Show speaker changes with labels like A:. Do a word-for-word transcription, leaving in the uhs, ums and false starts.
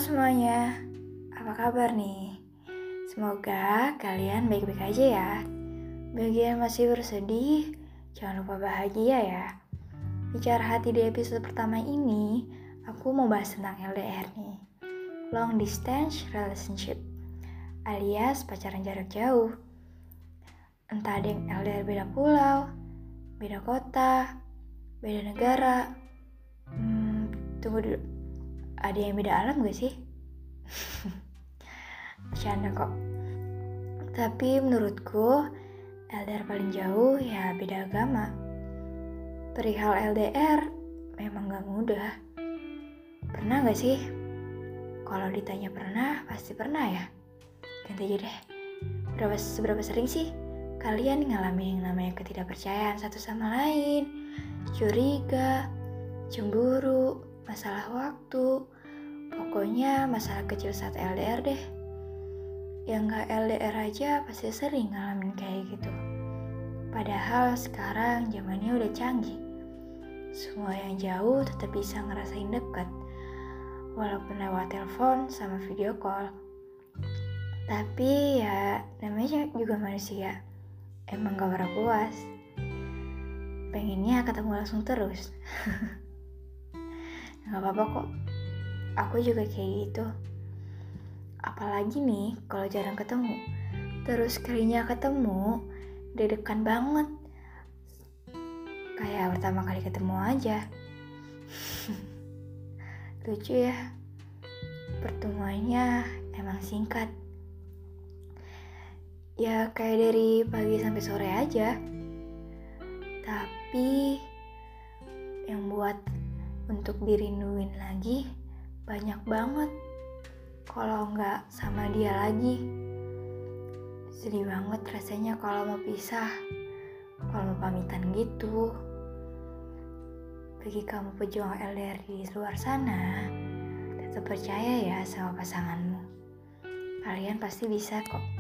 A: semuanya, apa kabar nih? Semoga kalian baik-baik aja ya. Bagi yang masih bersedih, jangan lupa bahagia ya. Bicara hati di episode pertama ini, aku mau bahas tentang L D R nih. Long Distance Relationship, alias pacaran jarak jauh. Entah ada yang L D R beda pulau, beda kota, beda negara. Hmm, tunggu dulu. Ada yang beda alam gak sih? Bercanda kok. Tapi menurutku L D R paling jauh ya beda agama. Perihal L D R memang gak mudah. Pernah gak sih? Kalau ditanya pernah, pasti pernah ya. Ganti aja deh. Berapa, seberapa sering sih kalian ngalamin yang namanya ketidakpercayaan satu sama lain, curiga, cemburu, masalah waktu, pokoknya masalah kecil saat L D R deh. Yang gak L D R aja pasti sering ngalamin kayak gitu. Padahal sekarang zamannya udah canggih. Semua yang jauh tetap bisa ngerasain dekat, walaupun lewat telepon sama video call. Tapi ya namanya juga manusia, emang gak pernah puas. Pengennya ketemu langsung terus. Gak apa-apa kok, aku juga kayak gitu. Apalagi nih kalau jarang ketemu, terus kalinya ketemu deg-degan banget, kayak pertama kali ketemu aja. Lucu ya, pertemuannya emang singkat. Ya kayak dari pagi sampai sore aja. Tapi yang buat untuk dirinduin lagi banyak banget. Kalau nggak sama dia lagi, sedih banget rasanya kalau mau pisah, kalau mau pamitan gitu. Bagi kamu pejuang L D R di luar sana, tetap percaya ya sama pasanganmu. Kalian pasti bisa kok.